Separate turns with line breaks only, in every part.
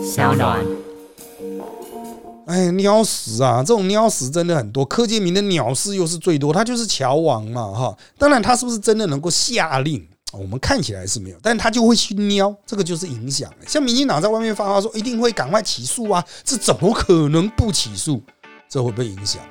小暖。
哎，鸟屎啊！这种鸟屎真的很多。柯建铭的鸟事又是最多，他就是乔王嘛，哈。当然，他是不是真的能够下令？我们看起来是没有，但他就会去喵，这个就是影响。像民进党在外面发话说一定会赶快起诉啊，这怎么可能不起诉？这会不会影响？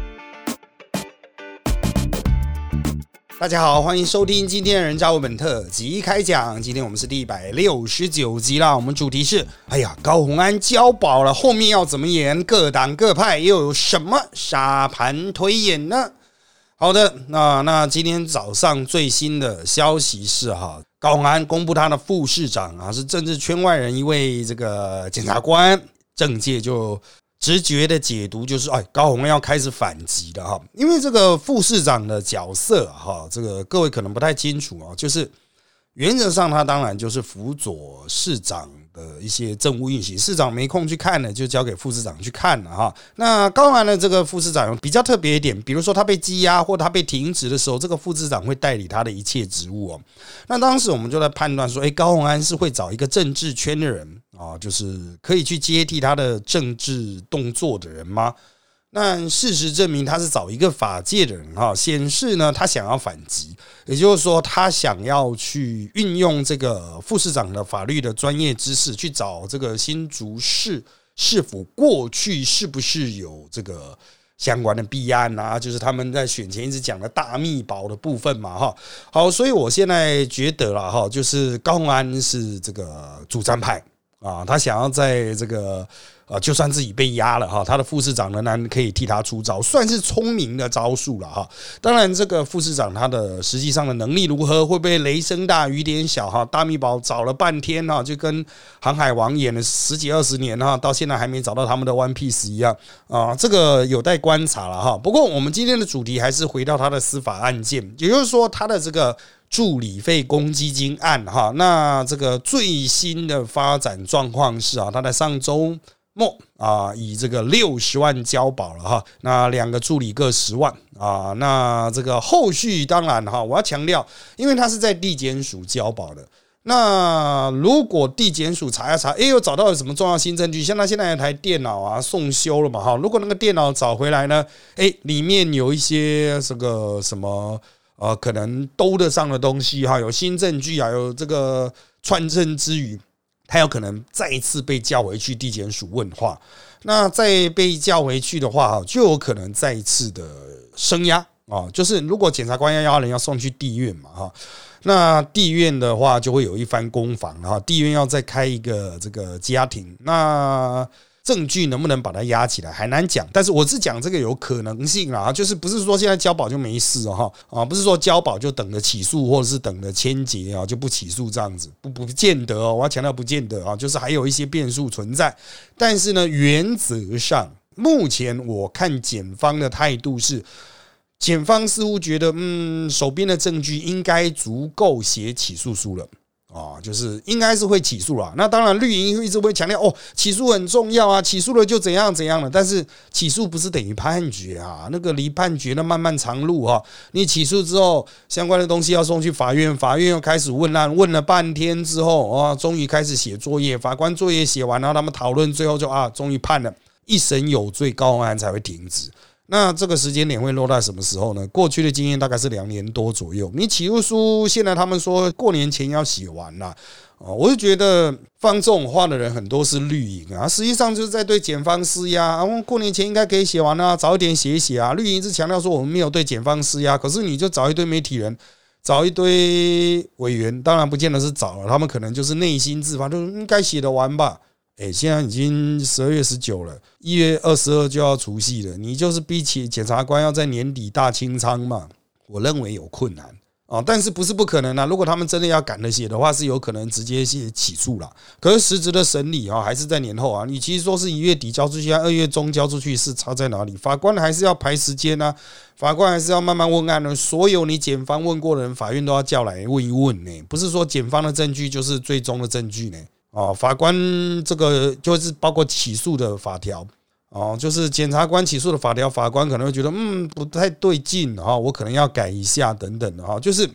大家好，欢迎收听今天的人渣文本特辑开讲。今天我们是第169集啦。我们主题是：哎呀，高虹安交保了，后面要怎么演？各党各派又有什么沙盘推演呢？好的，那今天早上最新的消息是高虹安公布他的副市长是政治圈外人一位这个检察官，政界就直觉的解读就是，高虹安要开始反击了哈，因为这个副市长的角色这个各位可能不太清楚就是原则上他当然就是辅佐市长的一些政务运行，市长没空去看呢，就交给副市长去看了哈。那高虹安的这个副市长比较特别一点，比如说他被羁押或他被停职的时候，这个副市长会代理他的一切职务那当时我们就在判断说，高虹安是会找一个政治圈的人就是可以去接替他的政治动作的人吗？那事实证明他是找一个法界的人显示呢他想要反击，也就是说他想要去运用这个副市长的法律的专业知识，去找这个新竹市市府过去是不是有这个相关的弊案就是他们在选前一直讲的大密保的部分嘛好，所以我现在觉得啦就是高虹安是这个主战派他想要在这个就算自己被压了他的副市长仍然可以替他出招，算是聪明的招数了当然，这个副市长他的实际上的能力如何，会不会雷声大雨点小大密保找了半天就跟航海王演了10几20年到现在还没找到他们的 One Piece 一样这个有待观察了不过我们今天的主题还是回到他的司法案件，也就是说他的这个助理费公积金案那这个最新的发展状况是他在上周末以这个60万交保了那2个助理各10万那这个后续当然我要强调，因为他是在地检署交保的，那如果地检署查一查又找到有什么重要新证据，像他现在有台电脑送修了嘛如果那个电脑找回来呢里面有一些这个什么可能兜得上的东西有新证据有这个串证之余，他有可能再一次被叫回去地检署问话，那再被叫回去的话就有可能再一次的声押就是如果检察官要押人要送去地院嘛那地院的话就会有一番攻防地院要再开一个这个羁押庭，那证据能不能把它压起来还难讲，但是我是讲这个有可能性就是不是说现在交保就没事不是说交保就等着起诉或者是等着签结就不起诉这样子，不见得我要强调不见得就是还有一些变数存在，但是呢原则上目前我看检方的态度是，检方似乎觉得手边的证据应该足够写起诉书了就是应该是会起诉啦。那当然绿营一直会强调起诉很重要起诉了就怎样怎样了，但是起诉不是等于判决那个离判决的漫漫长路你起诉之后相关的东西要送去法院，法院又开始问案，问了半天之后终于开始写作业，法官作业写完，然后他们讨论，最后就终于判了，一审有罪，高虹安才会停职。那这个时间点会落在什么时候呢？过去的经验大概是2年多左右。你起诉书现在他们说过年前要写完啦我就觉得放这种话的人很多是绿营实际上就是在对检方施压过年前应该可以写完早一点写一写绿营一直强调说我们没有对检方施压，可是你就找一堆媒体人，找一堆委员，当然不见得是找了，他们可能就是内心自发，就应该写得完吧。现在已经12月19了，1月22就要除夕了，你就是逼起检察官要在年底大清仓嘛？我认为有困难但是不是不可能如果他们真的要赶着写的话，是有可能直接写起诉啦。可是实质的审理还是在年后你其实说是1月底交出去2月中交出去，是差在哪里？法官还是要排时间法官还是要慢慢问案所有你检方问过的人，法院都要叫来问一问不是说检方的证据就是最终的证据法官这个就是包括起诉的法条就是检察官起诉的法条，法官可能会觉得不太对劲我可能要改一下等等就是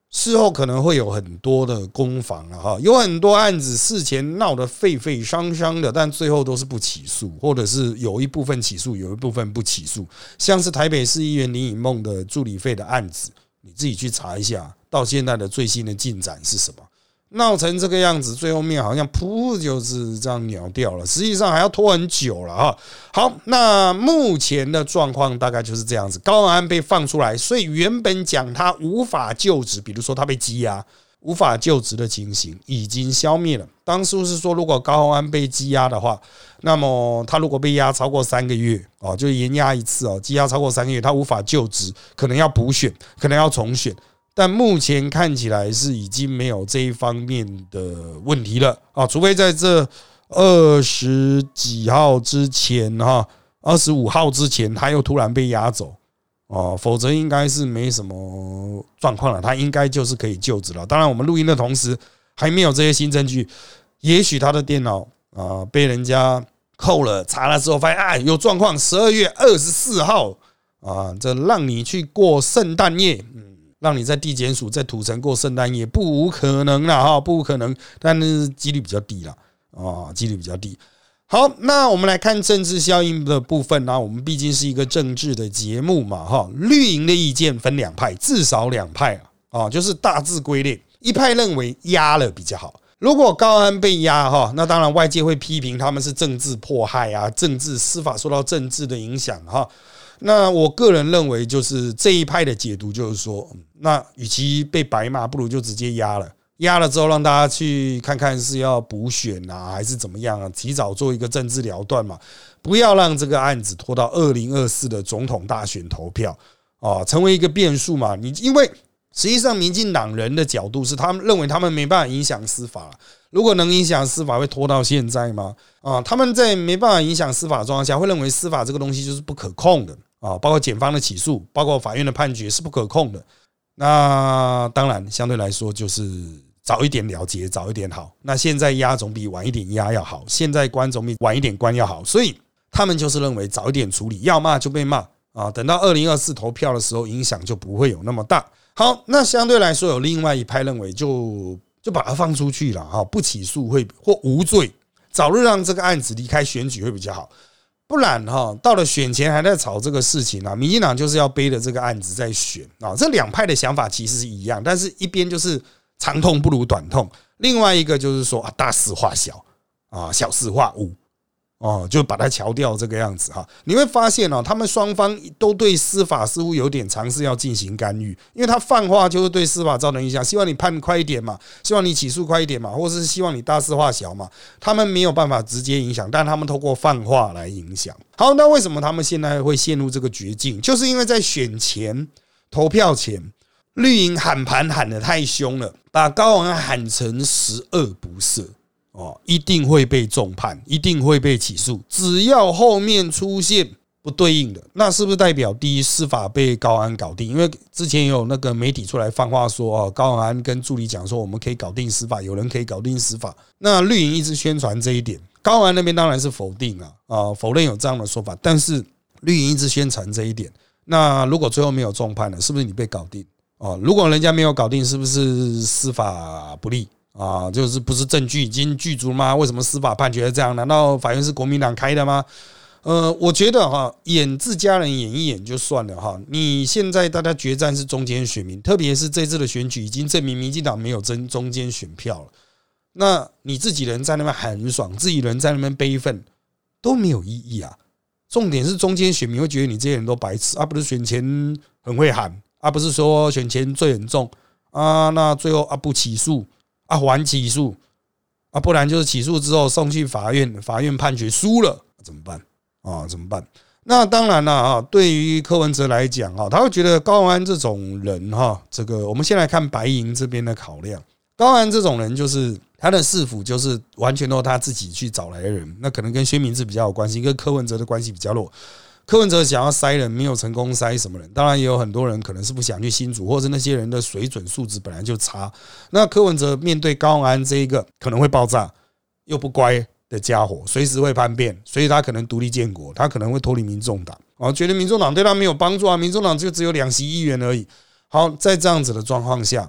事后可能会有很多的攻防啊，有很多案子事前闹得沸沸扬扬的，但最后都是不起诉，或者是有一部分起诉，有一部分不起诉。像是台北市议员林颖梦的助理费的案子，你自己去查一下，到现在的最新的进展是什么？闹成这个样子，最后面好像噗就是这样鸟掉了，实际上还要拖很久了哈。好，那目前的状况大概就是这样子，高虹安被放出来，所以原本讲他无法就职，比如说他被羁押无法就职的情形已经消灭了。当初是说，如果高虹安被羁押的话，那么他如果被押超过3个月就延押一次羁押超过3个月，他无法就职，可能要补选，可能要重选。但目前看起来是已经没有这一方面的问题了除非在这20几号之前25号之前他又突然被押走否则应该是没什么状况了，他应该就是可以就职了。当然我们录音的同时还没有这些新证据，也许他的电脑被人家扣了，查了之后发现有状况，12月24号这让你去过圣诞夜让你在地检署在土城过圣诞夜不无可能啦不无可能，但是几率比较低啦几率比较低。好，那我们来看政治效应的部分我们毕竟是一个政治的节目嘛绿营的意见分2派，至少2派就是大致归类，一派认为压了比较好。如果高虹安被压那当然外界会批评他们是政治迫害政治司法受到政治的影响那我个人认为，就是这一派的解读就是说，那与其被白骂，不如就直接压了。压了之后，让大家去看看是要补选还是怎么样提早做一个政治了断嘛，不要让这个案子拖到2024的总统大选投票成为一个变数嘛。因为实际上民进党人的角度是，他们认为他们没办法影响司法，如果能影响司法，会拖到现在吗？他们在没办法影响司法的状况下，会认为司法这个东西就是不可控的包括检方的起诉，包括法院的判决是不可控的。那当然相对来说就是早一点了结，早一点好。那现在压总比晚一点压要好，现在关总比晚一点关要好，所以他们就是认为早一点处理，要骂就被骂等到2024投票的时候，影响就不会有那么大。好，那相对来说有另外一派认为就把它放出去了不起诉会或无罪，早日让这个案子离开选举会比较好。不然到了选前还在吵这个事情民进党就是要背着这个案子在选这2派的想法其实是一样，但是一边就是长痛不如短痛，另外一个就是说大事化小小事化无就把它敲掉这个样子你会发现他们双方都对司法似乎有点尝试要进行干预，因为他泛化就是对司法造成影响，希望你判快一点嘛，希望你起诉快一点嘛，或是希望你大事化小嘛，他们没有办法直接影响，但他们透过泛化来影响。好，那为什么他们现在会陷入这个绝境？就是因为在选前投票前，绿营喊盘喊得太凶了，把高虹安喊成十恶不赦一定会被重判，一定会被起诉。只要后面出现不对应的，那是不是代表第一司法被高虹安搞定？因为之前有那个媒体出来放话说高虹安跟助理讲说我们可以搞定司法，有人可以搞定司法。那绿营一直宣传这一点，高虹安那边当然是否定否认有这样的说法，但是绿营一直宣传这一点。那如果最后没有重判了，是不是你被搞定如果人家没有搞定，是不是司法不利就是不是证据已经具足吗？为什么司法判决这样？难道法院是国民党开的吗？我觉得演自家人演一演就算了你现在大家决战是中间选民，特别是这次的选举已经证明民进党没有争中间选票了。那你自己人在那边喊很爽，自己人在那边悲愤都没有意义重点是中间选民会觉得你这些人都白痴不是选前很会喊不是说选前罪很重那最后不起诉还起诉不然就是起诉之后送去法院，法院判决输了怎么办怎么办？那当然了对于柯文哲来讲他会觉得高虹安这种人这个我们先来看白营这边的考量。高虹安这种人就是他的市府就是完全都他自己去找来的人，那可能跟薛明志比较有关系，跟柯文哲的关系比较弱。柯文哲想要塞人，没有成功塞什么人，当然也有很多人可能是不想去新竹，或者那些人的水准素质本来就差。那柯文哲面对高虹安这一个可能会爆炸又不乖的家伙，随时会叛变，所以他可能独立建国，他可能会脱离民众党觉得民众党对他没有帮助民众党就只有2席议员而已。好，在这样子的状况下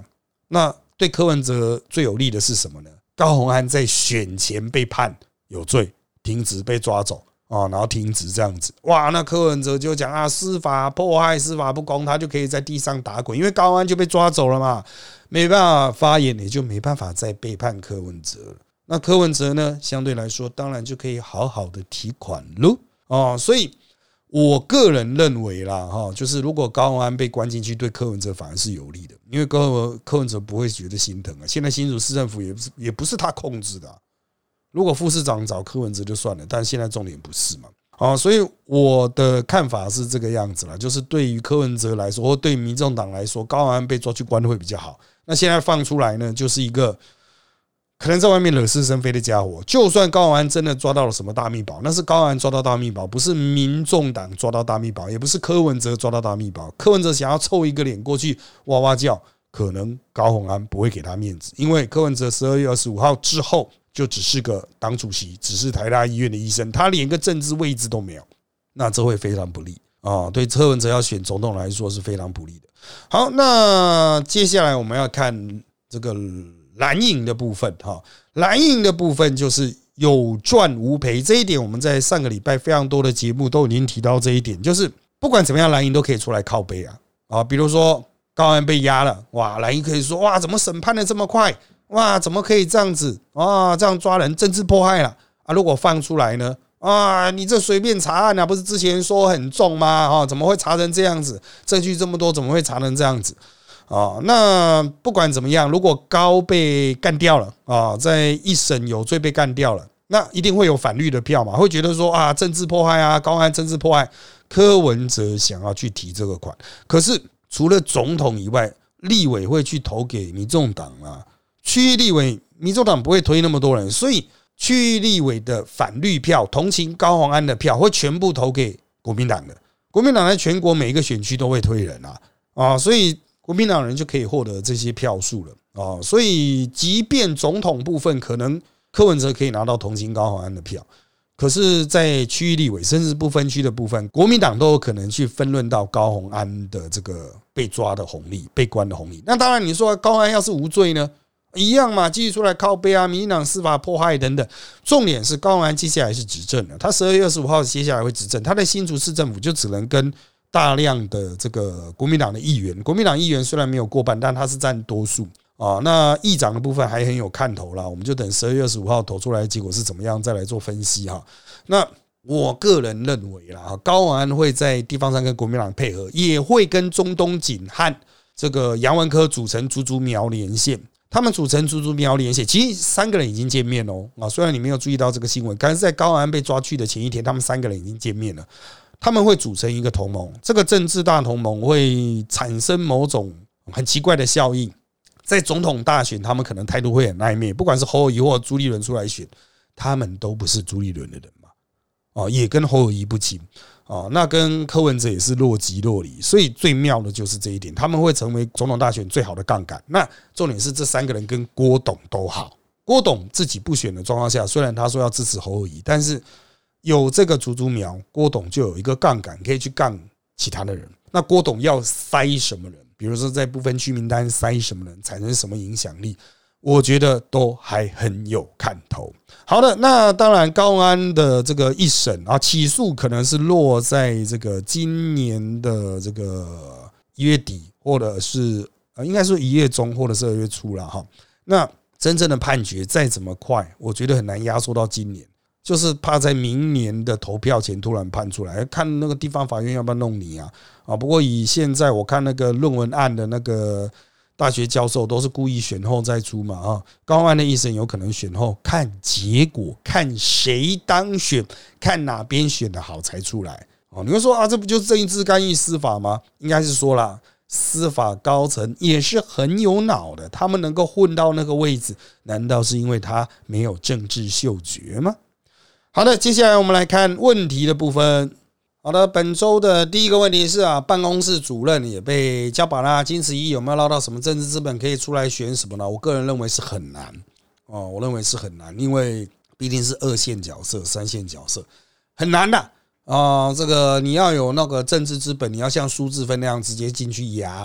那对柯文哲最有利的是什么呢？高虹安在选前被判有罪，停职被抓走然后停职这样子，哇，那柯文哲就讲啊，司法迫害、司法不公，他就可以在地上打滚，因为高虹安就被抓走了嘛，没办法发言，也就没办法再背叛柯文哲了。那柯文哲呢，相对来说，当然就可以好好的提款喽所以我个人认为啦，就是如果高虹安被关进去，对柯文哲反而是有利的，因为柯文哲不会觉得心疼啊。现在新竹市政府也不是他控制的如果副市长找柯文哲就算了，但现在重点不是嘛。所以我的看法是这个样子啦，就是对于柯文哲来说，或对民众党来说，高虹安被抓去关会比较好。那现在放出来呢，就是一个可能在外面惹是生非的家伙。就算高虹安真的抓到了什么大秘宝，那是高虹安抓到大秘宝，不是民众党抓到大秘宝，也不是柯文哲抓到大秘宝。柯文哲想要凑一个脸过去哇哇叫，可能高虹安不会给他面子，因为柯文哲12月25号之后就只是个党主席，只是台大医院的医生，他连个政治位置都没有，那这会非常不利对柯文哲要选总统来说是非常不利的。好，那接下来我们要看这个蓝营的部分蓝营的部分就是有赚无赔，这一点我们在上个礼拜非常多的节目都已经提到这一点，就是不管怎么样，蓝营都可以出来靠背比如说高虹安被压了，哇，蓝营可以说哇，怎么审判的这么快？哇，怎么可以这样子这样抓人，政治迫害了如果放出来呢？你这随便查案不是之前说很重吗？怎么会查成这样子？证据这么多，怎么会查成这样子？那不管怎么样，如果高被干掉了在一审有罪被干掉了，那一定会有反绿的票嘛，会觉得说政治迫害高虹安政治迫害，柯文哲想要去提这个款，可是除了总统以外，立委会去投给民众党区域立委民众党不会推那么多人，所以区域立委的反绿票、同情高虹安的票会全部投给国民党的。国民党在全国每一个选区都会推人所以国民党人就可以获得这些票数了所以即便总统部分可能柯文哲可以拿到同情高虹安的票，可是在区域立委甚至不分区的部分，国民党都有可能去分论到高虹安的这个被抓的红利、被关的红利。那当然你说高虹安要是无罪呢，一样嘛，继续出来靠背民进党司法迫害等等。重点是高虹安接下来是执政的，他12月25号接下来会执政，他在新竹市政府就只能跟大量的这个国民党的议员，国民党议员虽然没有过半，但他是占多数那议长的部分还很有看头啦，我们就等12月25号投出来的结果是怎么样再来做分析那我个人认为啦，高虹安会在地方上跟国民党配合，也会跟中东锦和这个杨文科组成竹竹苗连线。他们组成竹竹苗连线，其实3个人已经见面虽然你没有注意到这个新闻，但是在高虹安被抓去的前一天，他们3个人已经见面了。他们会组成一个同盟，这个政治大同盟会产生某种很奇怪的效应。在总统大选，他们可能态度会很暧昧，不管是侯友宜或朱立伦出来选，他们都不是朱立伦的人嘛，也跟侯友宜不亲那跟柯文哲也是若即若离，所以最妙的就是这一点，他们会成为总统大选最好的杠杆。那重点是这3个人跟郭董都好，郭董自己不选的状况下，虽然他说要支持侯友宜，但是有这个竹竹苗，郭董就有一个杠杆可以去杠其他的人。那郭董要塞什么人？比如说在不分区名单塞什么人，产生什么影响力？我觉得都还很有看头。好的，那当然高虹安的这个一审起诉可能是落在这个今年的这个1月底，或者是应该说1月中或者是2月初了那真正的判决再怎么快，我觉得很难压缩到今年，就是怕在明年的投票前突然判出来，看那个地方法院要不要弄你不过以现在我看那个论文案的那个大学教授都是故意选后再出嘛高虹安的一审有可能选后，看结果，看谁当选，看哪边选的好才出来你会说这不就是政治干预司法吗？应该是说啦，司法高层也是很有脑的，他们能够混到那个位置，难道是因为他没有政治嗅觉吗？好的，接下来我们来看问题的部分。好的，本周的第一个问题是办公室主任也被交保啦，金11有没有捞到什么政治资本可以出来选什么呢？我个人认为是很难我认为是很难，因为毕竟是2线角色、3线角色，很难的这个你要有那个政治资本，你要像苏治芬那样直接进去压了，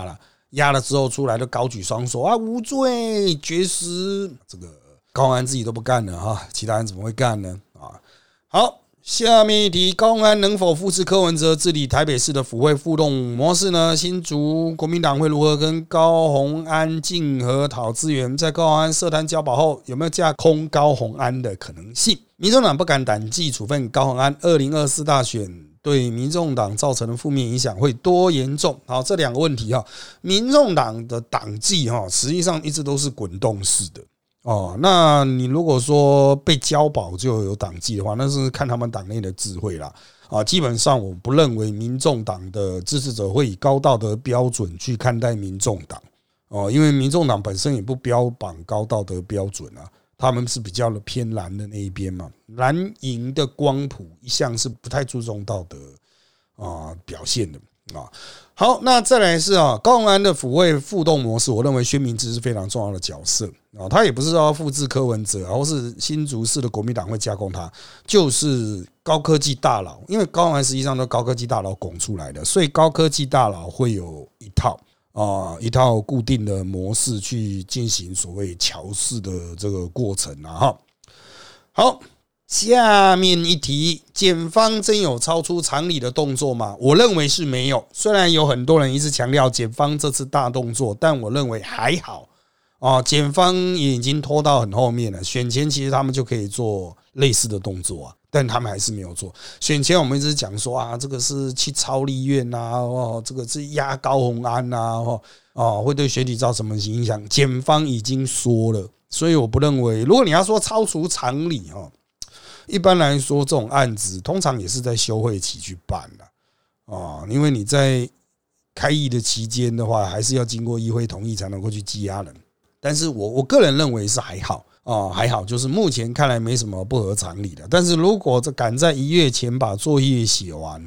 押了之后出来就高举双手啊，无罪绝食，这个高虹安自己都不干了哈，其他人怎么会干呢啊？好，下面一题，高虹安能否复制柯文哲治理台北市的府会互动模式呢？新竹国民党会如何跟高虹安竞合讨资源？在高虹安涉贪交保后，有没有架空高虹安的可能性？民众党不敢党纪处分高虹安，2024大选对民众党造成的负面影响会多严重？好，这两个问题民众党的党纪实际上一直都是滚动式的。那你如果说被交保就有党纪的话，那是看他们党内的智慧啦。基本上我不认为民众党的支持者会以高道德标准去看待民众党，因为民众党本身也不标榜高道德标准啊，他们是比较偏蓝的那一边嘛，蓝营的光谱一向是不太注重道德表现的啊。好，那再来是高虹安的府会互动模式，我认为薛明之是非常重要的角色他也不是要复制柯文哲或是新竹市的国民党会加工他，就是高科技大佬，因为高虹安实际上都高科技大佬拱出来的，所以高科技大佬会有一套固定的模式去进行所谓乔式的这个过程好，下面一题，检方真有超出常理的动作吗？我认为是没有，虽然有很多人一直强调检方这次大动作，但我认为还好检方也已经拖到很后面了，选前其实他们就可以做类似的动作但他们还是没有做。选前我们一直讲说这个是去超立院这个是压高虹安会对选举造成什么影响？检方已经说了，所以我不认为，如果你要说超出常理一般来说这种案子通常也是在休会期去办的因为你在开议的期间的话，还是要经过议会同意才能够去羁押人。但是我个人认为是还好还好，就是目前看来没什么不合常理的。但是如果赶在1月前把作业写完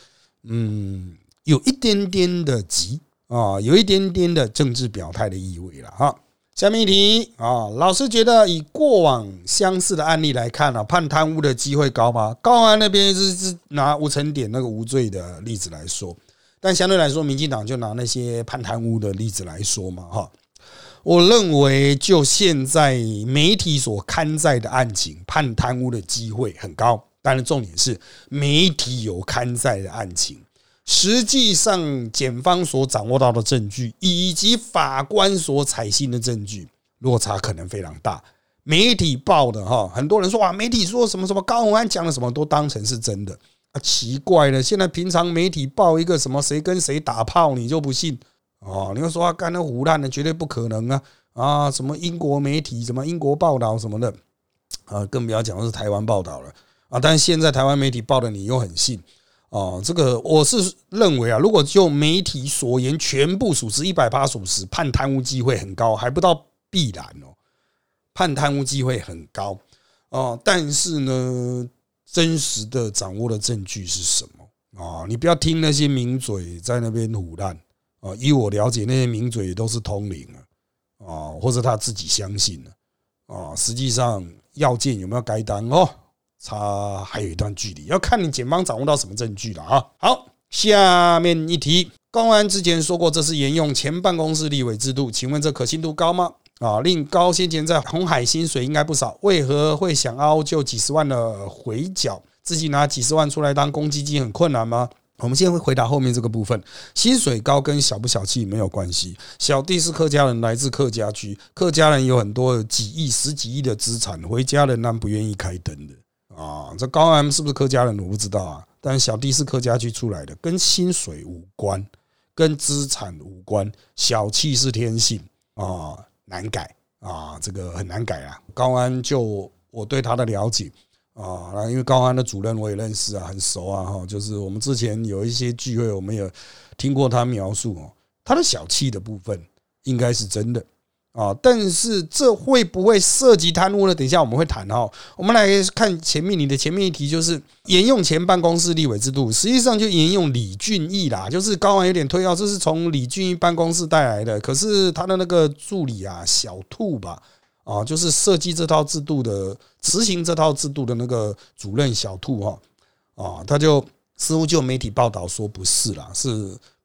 有一点点的急有一点点的政治表态的意味了下面一题老师觉得以过往相似的案例来看判贪污的机会高吗？高虹安那边是拿吴承典那个无罪的例子来说，但相对来说民进党就拿那些判贪污的例子来说嘛我认为就现在媒体所刊载的案情，判贪污的机会很高。当然重点是媒体有刊载的案情，实际上检方所掌握到的证据以及法官所采信的证据落差可能非常大。媒体报的很多人说媒体说什么什么高虹安讲了什么都当成是真的奇怪了，现在平常媒体报一个什么谁跟谁打炮你就不信你会说干那胡乱的绝对不可能什么英国媒体什么英国报道什么的更不要讲的是台湾报道了但是现在台湾媒体报的你又很信这个我是认为如果就媒体所言全部属实100%属实，判贪污机会很高，还不到必然判贪污机会很高但是呢真实的掌握的证据是什么你不要听那些名嘴在那边胡乱依我了解那些名嘴都是通灵或者他自己相信实际上要件有没有该当差还有一段距离，要看你检方掌握到什么证据了好，下面一题，高虹安之前说过这是沿用前办公室立委制度，请问这可信度高吗？令高先前在鸿海薪水应该不少，为何会想凹就几十万的回缴，自己拿几十万出来当公积金很困难吗？我们先会回答后面这个部分，薪水高跟小不小气没有关系。小弟是客家人，来自客家区，客家人有很多几亿、十几亿的资产，回家人他不愿意开灯的这高虹安是不是客家人我不知道但小弟是客家区出来的，跟薪水无关，跟资产无关，小气是天性难改这个很难改高虹安就我对他的了解因为高虹安的主任我也认识很熟就是我们之前有一些聚会，我们也听过他描述他的小气的部分应该是真的但是这会不会涉及贪污呢？等一下我们会谈我们来看你的前面一题，就是沿用前办公室立委制度，实际上就沿用李俊毅啦，就是高虹安有点推这是从李俊毅办公室带来的，可是他的那个助理小兔吧就是设计这套制度的、执行这套制度的那个主任小兔他就似乎就媒体报道说不是啦，是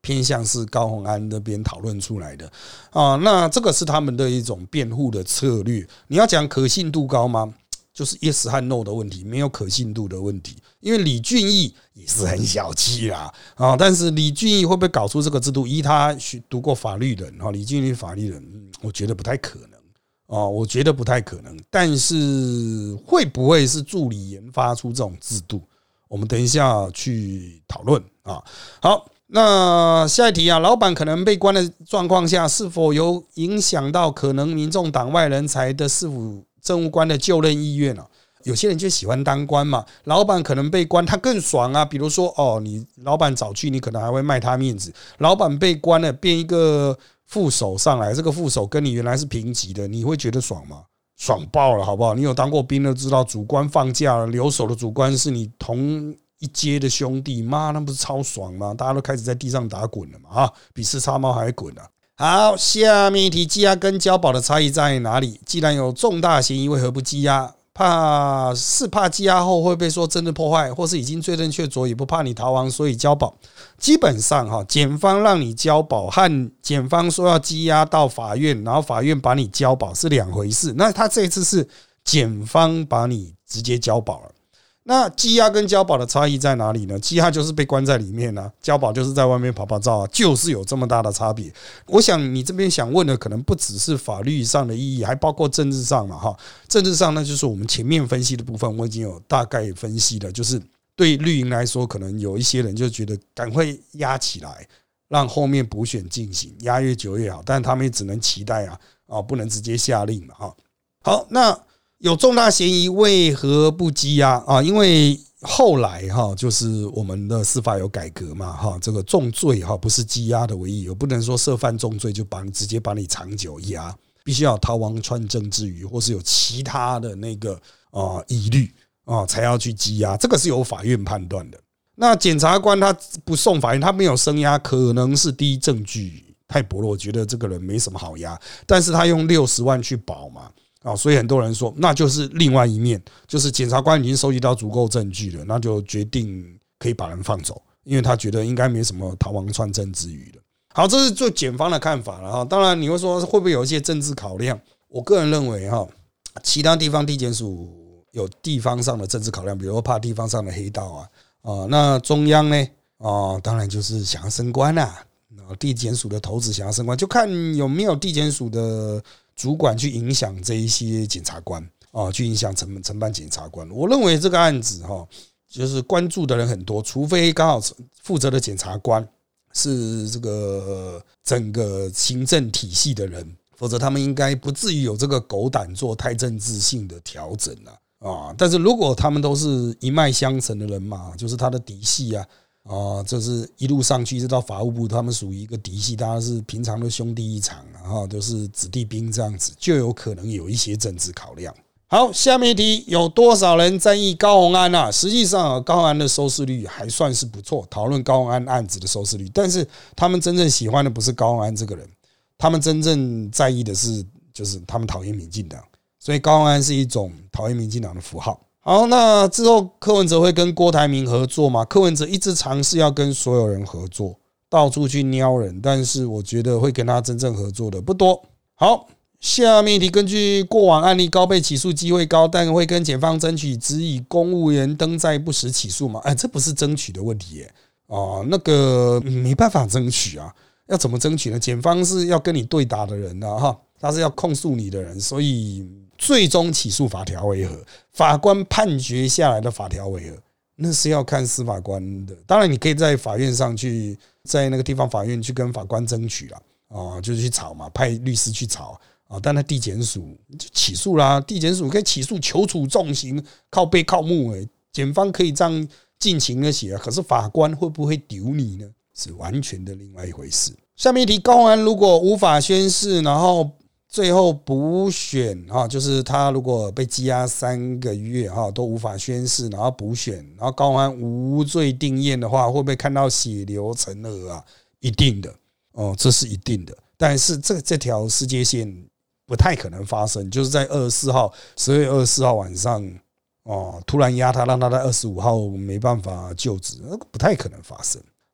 偏向是高虹安那边讨论出来的啊。那这个是他们的一种辩护的策略。你要讲可信度高吗？就是 yes 和 no 的问题，没有可信度的问题。因为李俊毅也是很小气啦啊，但是李俊毅会不会搞出这个制度？依他读过法律人哈，李俊毅法律人，我觉得不太可能哦，我觉得不太可能。但是会不会是助理研发出这种制度？我们等一下去讨论啊。好，那下一题啊，老板可能被关的状况下，是否有影响到可能民众党外人才的市府政务官的就任意愿啊？有些人就喜欢当官嘛，老板可能被关，他更爽啊。比如说，你老板早去，你可能还会卖他面子。老板被关了，变一个副手上来，这个副手跟你原来是平级的，你会觉得爽吗？爽爆了，好不好？你有当过兵的知道，主官放假了，留守的主官是你同一阶的兄弟，妈，那不是超爽吗？大家都开始在地上打滚了嘛，啊，比吃叉猫还滚啊！好，下面一题，羁押跟交保的差异在哪里？既然有重大嫌疑，为何不羁押？怕羁押后会被说政治破坏，或是已经罪证确凿，也不怕你逃亡，所以交保。基本上检方让你交保和检方说要羁押到法院，然后法院把你交保是两回事。那他这一次是检方把你直接交保了。那羁押跟交保的差异在哪里呢？羁押就是被关在里面啊，交保就是在外面跑跑照啊，就是有这么大的差别。我想你这边想问的可能不只是法律上的意义，还包括政治上嘛哈。政治上呢，就是我们前面分析的部分，我已经有大概分析了，就是对绿营来说，可能有一些人就觉得赶快压起来，让后面补选进行，压越久越好，但他们也只能期待啊，不能直接下令嘛哈。好，那有重大嫌疑为何不羁押啊？因为后来就是我们的司法有改革嘛这个重罪不是羁押的唯一，我不能说涉犯重罪就直接把你长久押，必须要有逃亡串证之余，或是有其他的那个疑虑才要去羁押，这个是由法院判断的。那检察官他不送法院，他没有声押，可能是第一证据太薄弱，觉得这个人没什么好押，但是他用60万去保嘛。所以很多人说，那就是另外一面，就是检察官已经收集到足够证据了，那就决定可以把人放走，因为他觉得应该没什么逃亡串证之余了。好，这是做检方的看法了当然你会说会不会有一些政治考量？我个人认为其他地方地检署有地方上的政治考量，比如说怕地方上的黑道那中央呢当然就是想要升官啊，地检署的头子想要升官，就看有没有地检署的主管去影响这一些检察官去影响承办检察官。我认为这个案子就是关注的人很多，除非刚好负责的检察官是这个整个行政体系的人，否则他们应该不至于有这个狗胆做太政治性的调整但是如果他们都是一脉相承的人嘛，就是他的嫡系就是一路上去一直到法务部，他们属于一个嫡系，大家是平常的兄弟一场都是子弟兵这样子，就有可能有一些政治考量。好，下面一题，有多少人争议高虹安实际上高虹安的收视率还算是不错，讨论高虹安案子的收视率，但是他们真正喜欢的不是高虹安这个人，他们真正在意的是就是他们讨厌民进党，所以高虹安是一种讨厌民进党的符号。好，那之后柯文哲会跟郭台铭合作吗？柯文哲一直尝试要跟所有人合作，到处去撩人，但是我觉得会跟他真正合作的不多。好，下面一题，根据过往案例，高被起诉机会高，但会跟检方争取只以公务员登载不实起诉吗？这不是争取的问题耶那个没办法争取要怎么争取呢？检方是要跟你对打的人他是要控诉你的人，所以最终起诉法条为何？法官判决下来的法条为何？那是要看司法官的。当然，你可以在法院上去，在那个地方法院去跟法官争取就是去吵嘛，派律师去吵但那地检署就起诉啦，地检署可以起诉求处重刑，靠背靠木检方可以这样尽情的写可是法官会不会丢你呢？是完全的另外一回事。下面一题，高虹安如果无法宣誓，然后最后补选就是他如果被羁押3个月都无法宣誓，然后补选，然后高虹安无罪定谳的话，会不会看到血流成河一定的这是一定的。但是这条世界线不太可能发生，就是在12月24号晚上突然压他，让他在25号没办法就职，不太可能发生。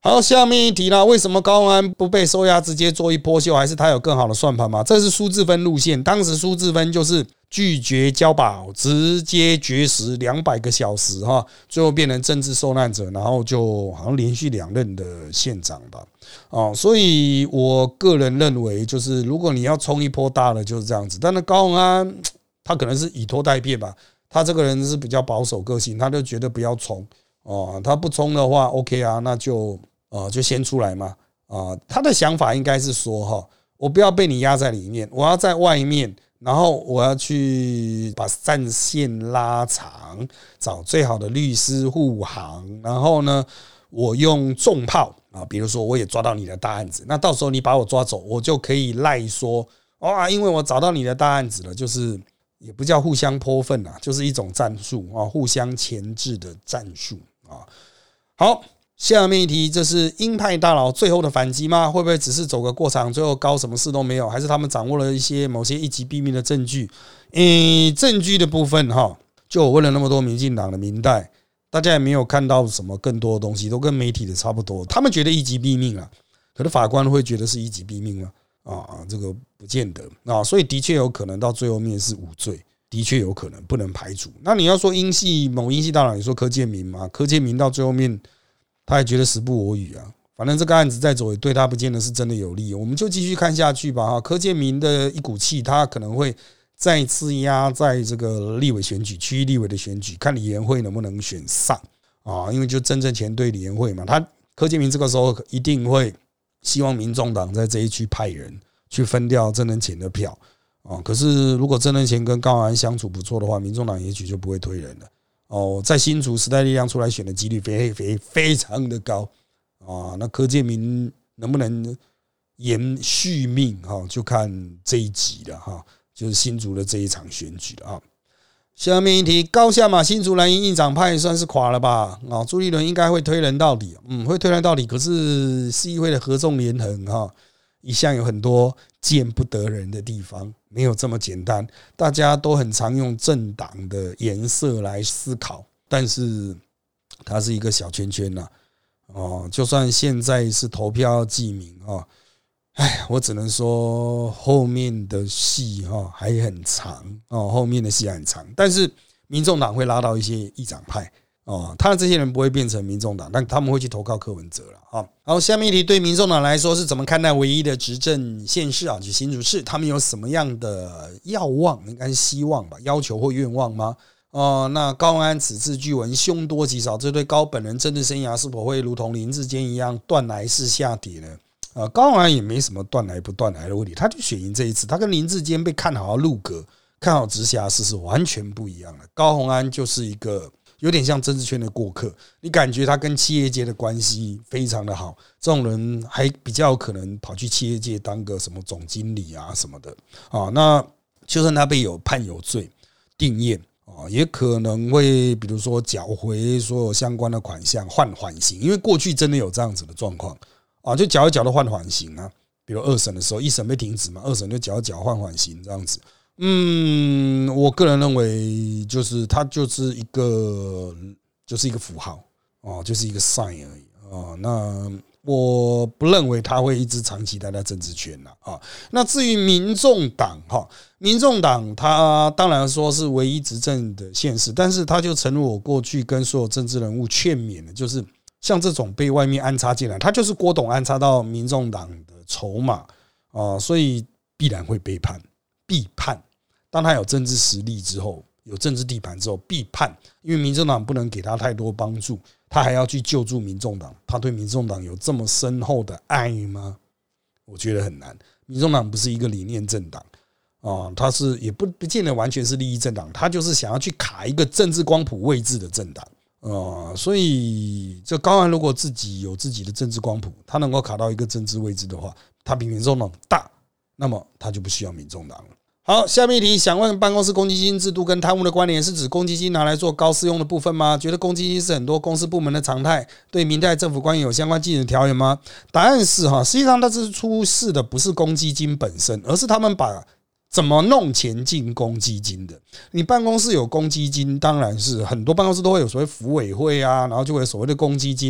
好，下面一题啦，为什么高虹安不被收押，直接做一波秀？还是他有更好的算盘吗？这是苏治芬路线，当时苏治芬就是拒绝交保，直接绝食200个小时哈，最后变成政治受难者，然后就好像连续2任的县长吧。所以我个人认为，就是如果你要冲一波大的，就是这样子。但是高虹安他可能是以拖待变吧，他这个人是比较保守个性，他就觉得不要冲他不冲的话 ，OK 啊，那就先出来嘛他的想法应该是说我不要被你压在里面，我要在外面，然后我要去把战线拉长，找最好的律师护航，然后呢，我用重炮比如说我也抓到你的大案子，那到时候你把我抓走，我就可以赖说因为我找到你的大案子了，就是也不叫互相泼粪就是一种战术互相钳制的战术好。下面一题，这是鹰派大佬最后的反击吗？会不会只是走个过场，最后高什么事都没有？还是他们掌握了某些一击毙命的证据？证据的部分就我问了那么多民进党的民代，大家也没有看到什么更多的东西，都跟媒体的差不多。他们觉得一击毙命可是法官会觉得是一击毙命吗？这个不见得所以的确有可能到最后面是无罪，的确有可能，不能排除。那你要说某英系大佬，你说柯建铭吗？柯建铭到最后面。他也觉得时不我与反正这个案子再走也对他不见得是真的有利，我们就继续看下去吧柯建铭的一股气，他可能会再次压在这个立委选举、区域立委的选举，看李延慧能不能选上因为就真正前对李延慧嘛，柯建铭这个时候一定会希望民众党在这一区派人去分掉郑仁乾的票可是如果郑仁乾跟高虹安相处不错的话，民众党也许就不会推人了。在新竹时代力量出来选的几率非常的高那柯建铭能不能延续命就看这一集了就是新竹的这一场选举了下面一题，高下马新竹蓝营议长派算是垮了吧朱立伦应该会推人到底会推人到底，可是市议会的合纵连横一向有很多见不得人的地方，没有这么简单。大家都很常用政党的颜色来思考，但是它是一个小圈圈就算现在是投票记名我只能说后面的戏还很长后面的戏很长，但是民众党会拉到一些议长派。他这些人不会变成民众党，但他们会去投靠柯文哲了好，下面一题，对民众党来说是怎么看待唯一的执政县市就新竹市？他们有什么样的要望？应该是希望吧，要求或愿望吗？那高虹安此次据闻凶多吉少，这对高本人政治生涯是否会如同林智坚一样断崖式下跌呢？高虹安也没什么断崖不断崖的问题，他就选赢这一次，他跟林智坚被看好入阁、看好直辖市是完全不一样的。高虹安就是一个有点像政治圈的过客，你感觉他跟企业界的关系非常的好，这种人还比较有可能跑去企业界当个什么总经理什么的那就算他被判有罪定谳也可能会比如说缴回所有相关的款项换缓刑，因为过去真的有这样子的状况就缴一缴的换缓刑比如二审的时候，一审被停止嘛，二审就缴一缴换缓刑这样子。我个人认为就是它就是一个符号就是一个 sign 而已那我不认为他会一直长期待在政治圈那至于民众党民众党他当然说是唯一执政的县市，但是他就诚如我过去跟所有政治人物劝勉的，就是像这种被外面安插进来，他就是郭董安插到民众党的筹码所以必然会被必判。当他有政治实力之后，有政治地盘之后，必判，因为民众党不能给他太多帮助，他还要去救助民众党。他对民众党有这么深厚的爱吗？我觉得很难。民众党不是一个理念政党他是也不见得完全是利益政党，他就是想要去卡一个政治光谱位置的政党所以这高虹安如果自己有自己的政治光谱，他能够卡到一个政治位置的话，他比民众党大，那么他就不需要民众党了。好，下面一题，想问办公室公积金制度跟贪污的关联是指公积金拿来做高适用的部分吗？觉得公积金是很多公司部门的常态，对民代政府官员有相关禁止条文吗？答案是实际上它是出事的不是公积金本身，而是他们把怎么弄钱进公积金的。你办公室有公积金，当然是很多办公室都会有所谓福委会然后就会有所谓的公积金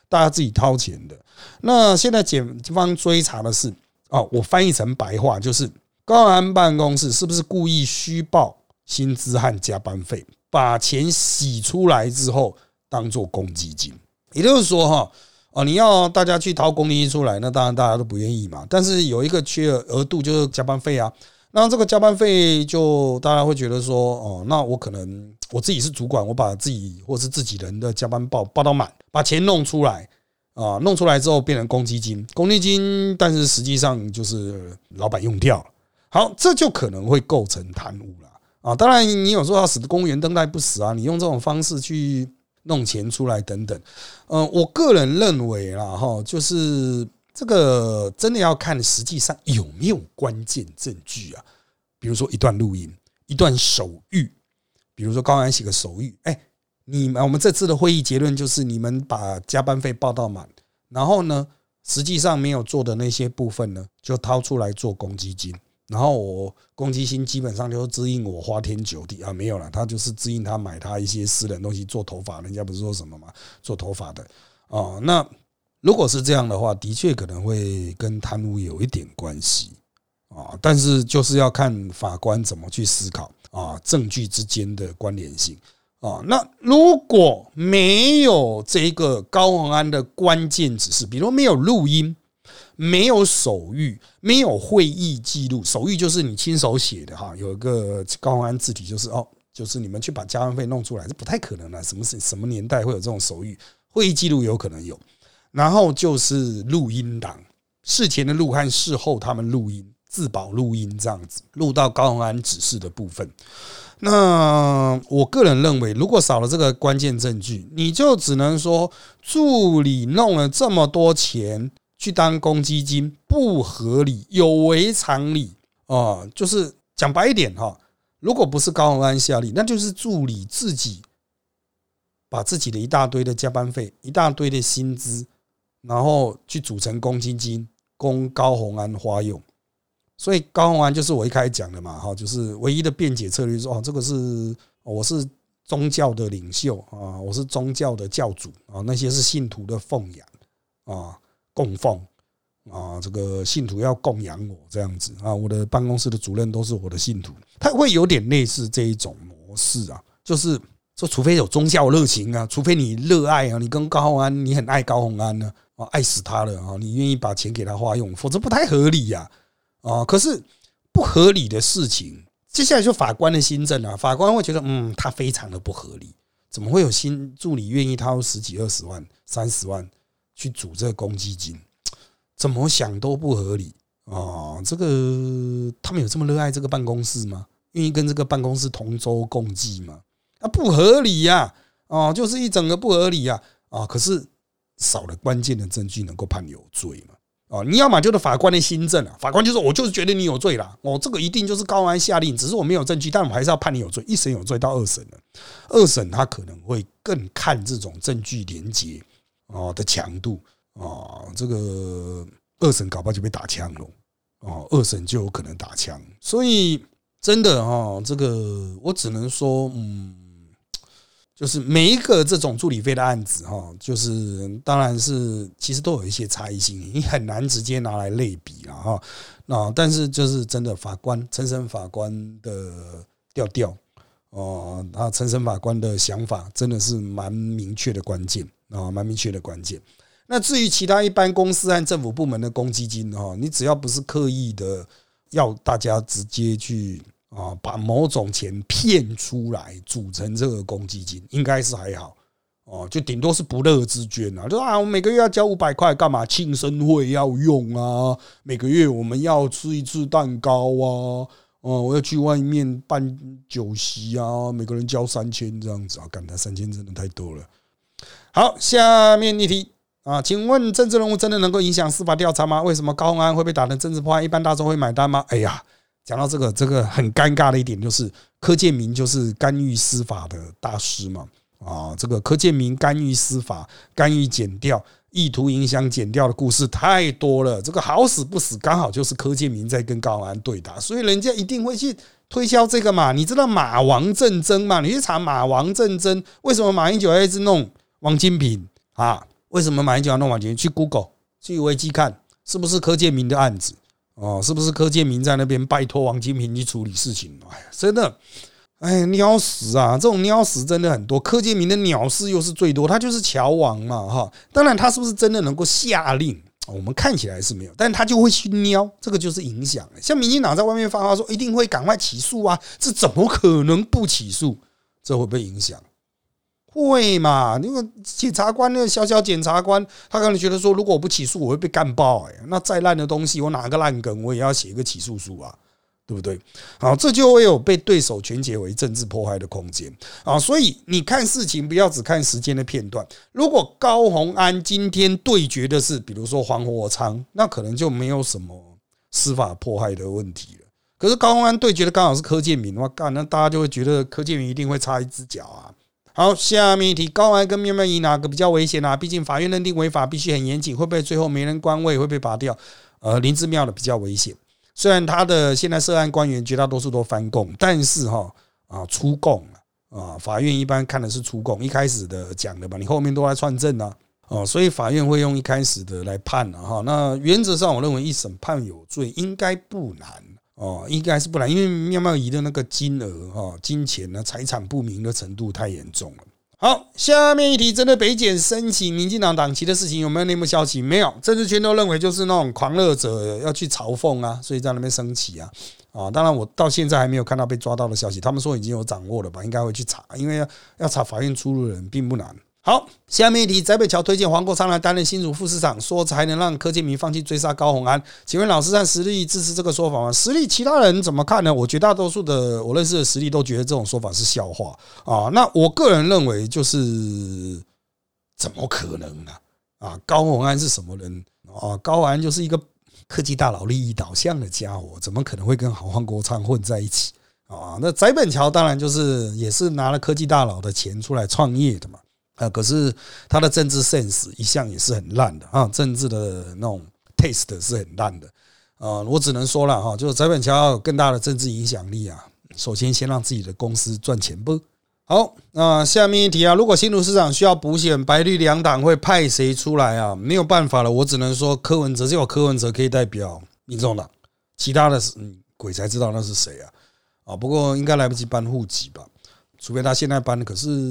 大家自己掏钱的。那现在检方追查的是，我翻译成白话就是高虹安办公室是不是故意虚报薪资和加班费，把钱洗出来之后当做公积金。也就是说你要大家去掏公积金出来，那当然大家都不愿意嘛。但是有一个缺额度就是加班费啊，那这个加班费就大家会觉得说，那我可能我自己是主管，我把自己或是自己人的加班报到满，把钱弄出来弄出来之后变成公积金，但是实际上就是老板用掉了。好，这就可能会构成贪污了当然你有说要死公务员登代不死啊，你用这种方式去弄钱出来等等。我个人认为啦就是这个真的要看实际上有没有关键证据啊，比如说一段录音、一段手谕，比如说高虹安写个手谕，我们这次的会议结论就是你们把加班费报到满，然后呢，实际上没有做的那些部分呢，就掏出来做公积金。然后我公积金基本上就是支应我花天酒地没有了，他就是支应他买他一些私人东西做头发，人家不是说什么嘛，做头发的那如果是这样的话，的确可能会跟贪污有一点关系但是就是要看法官怎么去思考证据之间的关联性那如果没有这个高虹安的关键指示，比如没有录音，没有手谕，没有会议记录，手谕就是你亲手写的有一个高虹安字体，就是你们去把加班费弄出来，这不太可能了。什么年代会有这种手谕？会议记录有可能有，然后就是录音档，事前的录和事后他们录音，自保录音这样子，录到高虹安指示的部分。那我个人认为，如果少了这个关键证据，你就只能说助理弄了这么多钱去当公积金不合理，有违常理就是讲白一点如果不是高虹安下令，那就是助理自己把自己的一大堆的加班费、一大堆的薪资，然后去组成公积金供高虹安花用。所以高虹安就是我一开始讲的嘛就是唯一的辩解策略说这个是我是宗教的领袖我是宗教的教主那些是信徒的奉养供奉这个信徒要供养我这样子我的办公室的主任都是我的信徒，他会有点类似这一种模式就是说除非有宗教热情除非你热爱你跟高虹安，你很爱高虹安呢爱死他了你愿意把钱给他花用，否则不太合理可是不合理的事情，接下来就法官的心证法官会觉得他非常的不合理，怎么会有新助理愿意掏10几20万30万去组这个公积金，怎么想都不合理这个他们有这么热爱这个办公室吗？愿意跟这个办公室同舟共济吗？不合理就是一整个不合理可是少了关键的证据能够判有罪嘛？你要嘛就是法官的心证法官就说我就是觉得你有罪啦这个一定就是高虹安下令，只是我没有证据，但我们还是要判你有罪。一审有罪到二审了，二审他可能会更看这种证据连结的强度这个二审搞不好就被打枪了二审就有可能打枪。所以真的这个我只能说就是每一个这种助理费的案子就是当然是其实都有一些差异性，你很难直接拿来类比但是就是真的法官承审法官的调承审法官的想法真的是蛮明确的关键蛮明确的关键。那至于其他一般公司和政府部门的公积金你只要不是刻意的要大家直接去把某种钱骗出来组成这个公积金，应该是还好就顶多是不乐之捐就我每个月要交500块干嘛？庆生会要用每个月我们要吃一次蛋糕我要去外面办酒席每个人交3000这样子干他3000真的太多了。好，下面一题请问政治人物真的能够影响司法调查吗？为什么高虹安会被打成政治迫害？一般大众会买单吗？哎呀，讲到这个很尴尬的一点就是柯建铭就是干预司法的大师嘛这个柯建铭干预司法、干预检调、意图影响检调的故事太多了，这个好死不死刚好就是柯建铭在跟高虹安对打，所以人家一定会去推销这个嘛。你知道马王政争嘛？你去查马王政争，为什么马英九要一直弄王金平为什么马英九要弄王金平？去 Google 去维基看，是不是柯建铭的案子？是不是柯建铭在那边拜托王金平去处理事情？哎呀，真的，鸟屎啊！这种鸟屎真的很多。柯建铭的鸟事又是最多，他就是乔王嘛，哈。当然，他是不是真的能够下令？我们看起来是没有，但他就会去撩，这个就是影响。像民进党在外面发话说一定会赶快起诉啊，这怎么可能不起诉？这会不会影响？会嘛？那个检察官，那个小小检察官，他可能觉得说，如果我不起诉，我会被干爆。那再烂的东西，我哪个烂梗，我也要写一个起诉书啊，对不对？好，这就会有被对手权解为政治迫害的空间啊。所以你看事情不要只看时间的片段。如果高虹安今天对决的是，比如说黄国昌，那可能就没有什么司法迫害的问题了。可是高虹安对决的刚好是柯建铭，哇干，那大家就会觉得柯建铭一定会插一只脚啊。好，下面一题，高虹安跟妙妙仪哪个比较危险啊？毕竟法院认定违法必须很严谨，会不会最后没人官位会被拔掉？林智妙的比较危险，虽然他的现在涉案官员绝大多数都翻供，但是出供法院一般看的是出供，一开始的讲的嘛，你后面都来串证啊，所以法院会用一开始的来判啊。那原则上我认为一审判有罪应该不难。应该是不然，因为妙妙仪的那个金额金钱呢，财产不明的程度太严重了。好，下面一题，针对北检申请民进党党旗的事情，有没有内幕消息？没有，政治圈都认为就是那种狂热者要去嘲讽啊，所以在那边升旗啊。当然我到现在还没有看到被抓到的消息，他们说已经有掌握了吧，应该会去查，因为要查法院出入的人并不难。好，下面一题，翟北桥推荐黄国昌来担任新竹副市长，说才能让柯建铭放弃追杀高虹安。请问老师和实力支持这个说法吗？实力其他人怎么看呢？我绝大多数的我认识的实力都觉得这种说法是笑话啊。那我个人认为就是怎么可能呢？高虹安是什么人高虹安就是一个科技大佬利益导向的家伙，怎么可能会跟黄国昌混在一起那翟本桥当然就是也是拿了科技大佬的钱出来创业的嘛。可是他的政治 sense 一向也是很烂的政治的那种 taste 是很烂的我只能说了就是翟本桥要有更大的政治影响力首先先让自己的公司赚钱不好。下面一题如果新竹市长需要补选，白绿两党会派谁出来没有办法了，我只能说柯文哲，只有柯文哲可以代表民众党，其他的鬼才知道那是谁不过应该来不及颁户籍吧，除非他现在颁，可是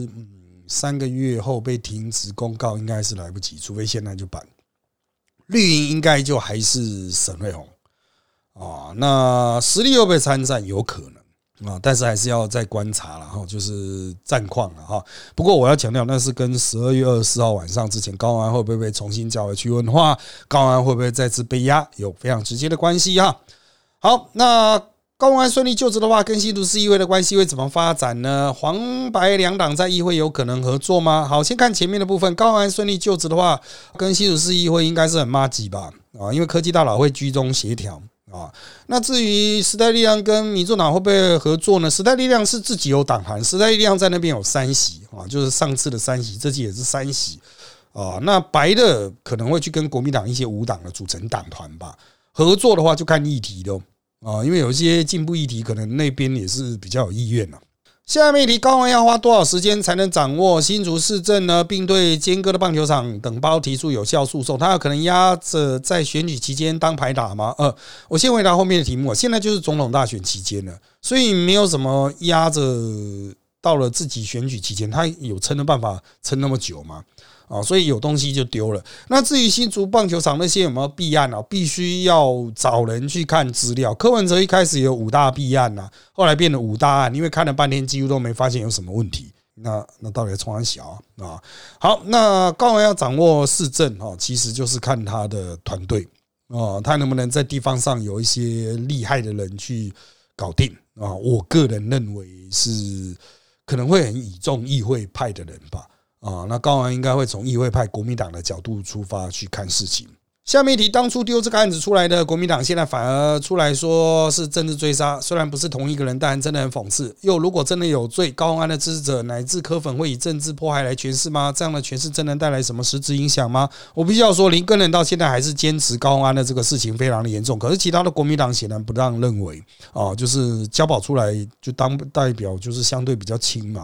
3个月后被停职公告应该是来不及，除非现在就办。绿营应该就还是沈慧虹那实力又被参战有可能但是还是要再观察了就是战况了不过我要强调，那是跟12月24号晚上之前高虹安会不会被重新叫回去问话，高虹安会不会再次被压，有非常直接的关系好，那高虹安顺利就职的话，跟新竹市议会的关系会怎么发展呢？黄白两党在议会有可能合作吗？好，先看前面的部分，高虹安顺利就职的话，跟新竹市议会应该是很麻吉吧因为科技大佬会居中协调那至于时代力量跟民众党会不会合作呢？时代力量是自己有党团，时代力量在那边有3席就是上次的3席，这次也是3席那白的可能会去跟国民党一些无党的组成党团吧。合作的话就看议题的因为有一些进步议题可能那边也是比较有意愿下面一题，高虹安要花多少时间才能掌握新竹市政呢，并对尖哥的棒球场等包提出有效诉讼？他有可能压着在选举期间当牌打吗？我先回答后面的题目现在就是总统大选期间了，所以没有什么压着到了自己选举期间，他有撑的办法撑那么久吗？所以有东西就丢了。那至于新竹棒球场那些有没有弊案必须要找人去看资料。柯文哲一开始有5大弊案后来变了5大案，因为看了半天几乎都没发现有什么问题。那到底冲他小好，那高虹安要掌握市政其实就是看他的团队他能不能在地方上有一些厉害的人去搞定我个人认为是可能会很倚重议会派的人吧。那高虹安应该会从议会派国民党的角度出发去看事情。下面一题，当初丢这个案子出来的国民党现在反而出来说是政治追杀，虽然不是同一个人，但真的很讽刺。如果真的有罪，高虹安的支持者乃至柯粉会以政治迫害来诠释吗？这样的诠释真能带来什么实质影响吗？我必须要说，林根人到现在还是坚持高虹安的这个事情非常的严重，可是其他的国民党显然不让认为就是交保出来就当代表就是相对比较轻嘛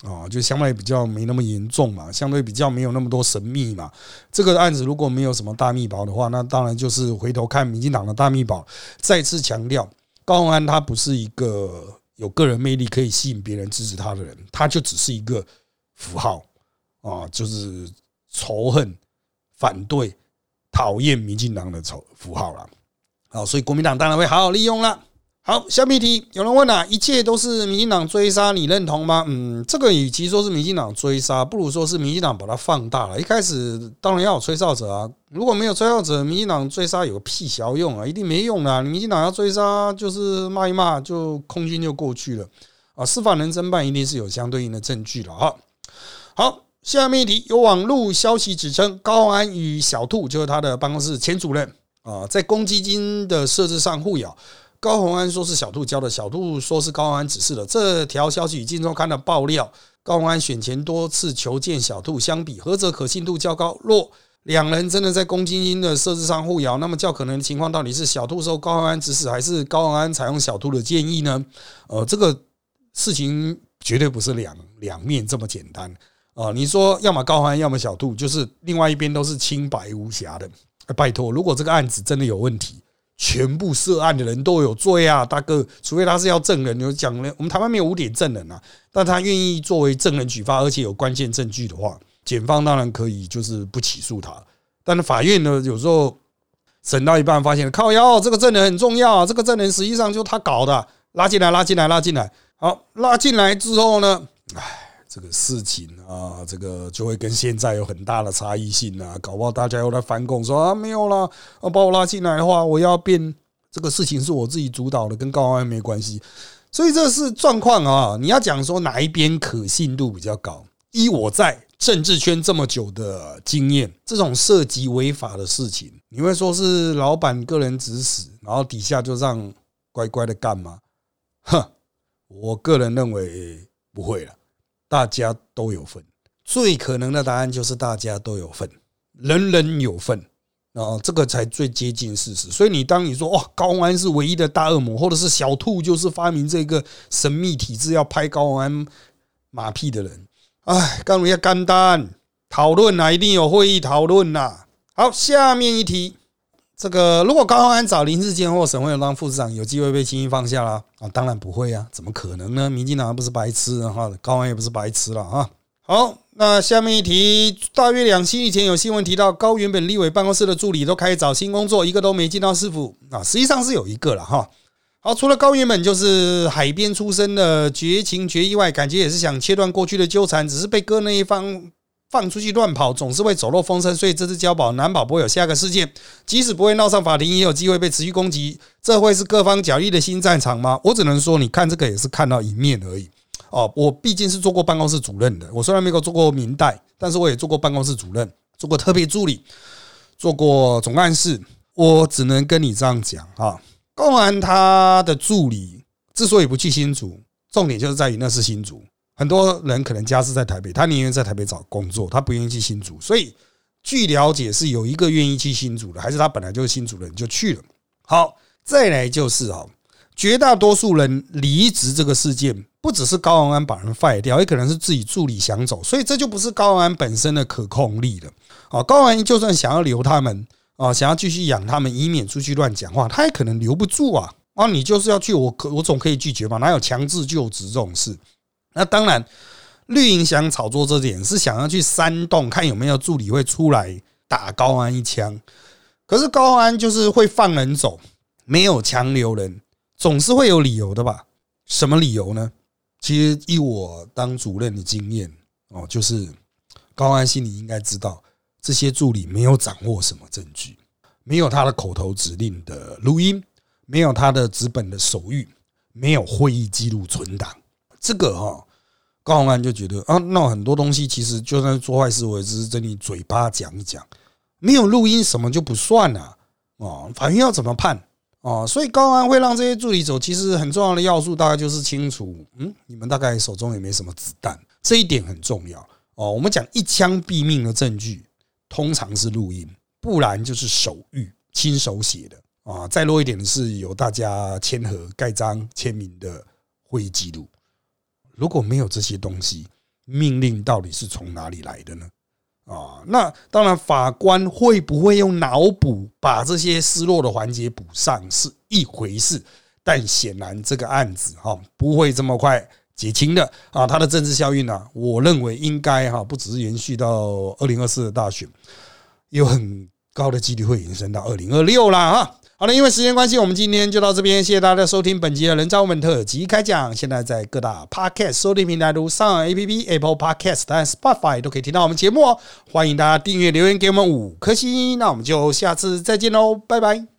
就相对比较没那么严重嘛，相对比较没有那么多神秘嘛。这个案子如果没有什么大秘宝的话，那当然就是回头看民进党的大秘宝。再次强调，高虹安他不是一个有个人魅力可以吸引别人支持他的人，他就只是一个符号就是仇恨、反对、讨厌民进党的符号啦。好，所以国民党当然会好好利用啦。好，下面一题，有人问一切都是民进党追杀，你认同吗？这个与其说是民进党追杀，不如说是民进党把它放大了。一开始当然要有吹哨者啊，如果没有吹哨者，民进党追杀有个屁小用啊，一定没用的。民进党要追杀，就是骂一骂，就空军就过去了司法能侦办，一定是有相对应的证据了哈。好，下面一题，有网络消息指称，高虹安与小兔就是他的办公室前主任在公积金的设置上互咬。高虹安说是小兔教的，小兔说是高虹安指示的。这条消息与镜周刊的爆料，高虹安选前多次求见小兔相比，何者可信度较高？若两人真的在公积金的设置上互咬，那么较可能的情况到底是小兔受高虹安指使，还是高虹安采用小兔的建议呢？这个事情绝对不是两面这么简单你说要么高虹安，要么小兔，就是另外一边都是清白无瑕的。拜托，如果这个案子真的有问题，全部涉案的人都有罪啊，大哥！除非他是要证人，有讲了，我们台湾没有无点证人但他愿意作为证人举发，而且有关键证据的话，检方当然可以就是不起诉他。但是法院呢，有时候审到一半发现，靠腰这个证人很重要这个证人实际上就他搞的，拉进来。好，拉进来之后呢，这个事情这个就会跟现在有很大的差异性搞不好大家又在反供说没有啦，把我拉进来的话，我要变这个事情是我自己主导的，跟高虹安没关系。所以这是状况你要讲说哪一边可信度比较高？依我在政治圈这么久的经验，这种涉及违法的事情，你会说是老板个人指使，然后底下就让乖乖的干吗？我个人认为不会了。大家都有份，最可能的答案就是大家都有份，人人有份这个才最接近事实。所以当你说高虹安是唯一的大恶魔，或者是小兔就是发明这个神秘体制要拍高虹安马屁的人，干如要简单讨论一定有会议讨论好，下面一题，这个如果高虹安找林智坚或沈慧荣当副市长，有机会被轻易放下啦当然不会怎么可能呢？民进党不是白痴高虹安也不是白痴了好，那下面一题，大约2星期前有新闻提到，高原本立委办公室的助理都开始找新工作，一个都没进到市府实际上是有一个了好，除了高原本就是海边出身的绝情绝意外，感觉也是想切断过去的纠缠，只是被哥那一方放出去乱跑，总是会走漏风声，所以这次交保难保不会有下个事件，即使不会闹上法庭，也有机会被持续攻击，这会是各方角力的新战场吗？我只能说，你看这个也是看到一面而已我毕竟是做过办公室主任的，我虽然没有做过民代，但是我也做过办公室主任，做过特别助理，做过总干事，我只能跟你这样讲高虹安他的助理之所以不去新竹，重点就是在于那是新竹。很多人可能家是在台北，他宁愿在台北找工作，他不愿意去新竹。所以据了解是有一个愿意去新竹的，还是他本来就是新竹人就去了。好，再来就是绝大多数人离职这个事件，不只是高虹安把人 fire 掉，也可能是自己助理想走，所以这就不是高虹安本身的可控力了。高虹安就算想要留他们想要继续养他们，以免出去乱讲话，他也可能留不住你就是要去，我总可以拒绝嘛，哪有强制就职这种事？那当然，绿营想炒作这点是想要去煽动，看有没有助理会出来打高虹安一枪。可是高虹安就是会放人走，没有强留人，总是会有理由的吧？什么理由呢？其实以我当主任的经验就是高虹安心里应该知道，这些助理没有掌握什么证据，没有他的口头指令的录音，没有他的纸本的手谕，没有会议记录存档。这个高虹安就觉得那很多东西其实就算做坏事，我也只是在你嘴巴讲一讲，没有录音什么就不算了法院要怎么判所以高虹安会让这些助理走，其实很重要的要素大概就是清楚你们大概手中也没什么子弹，这一点很重要我们讲一枪毙命的证据通常是录音，不然就是手谕亲手写的再弱一点的是由大家签合盖章签名的会议记录。如果没有这些东西， 命令到底是从哪里来的呢？那当然，法官会不会用脑补把这些失落的环节补上是一回事，但显然这个案子不会这么快结清的它的政治效应我认为应该不只是延续到2024的大选，有很高的几率会延伸到2026啦好了，因为时间关系，我们今天就到这边，谢谢大家收听本集的人渣文特辑开讲。现在在各大 Podcast 收听平台如上岸 APP、Apple Podcast 和 Spotify 都可以听到我们节目欢迎大家订阅留言给我们5颗星，那我们就下次再见喽，拜拜。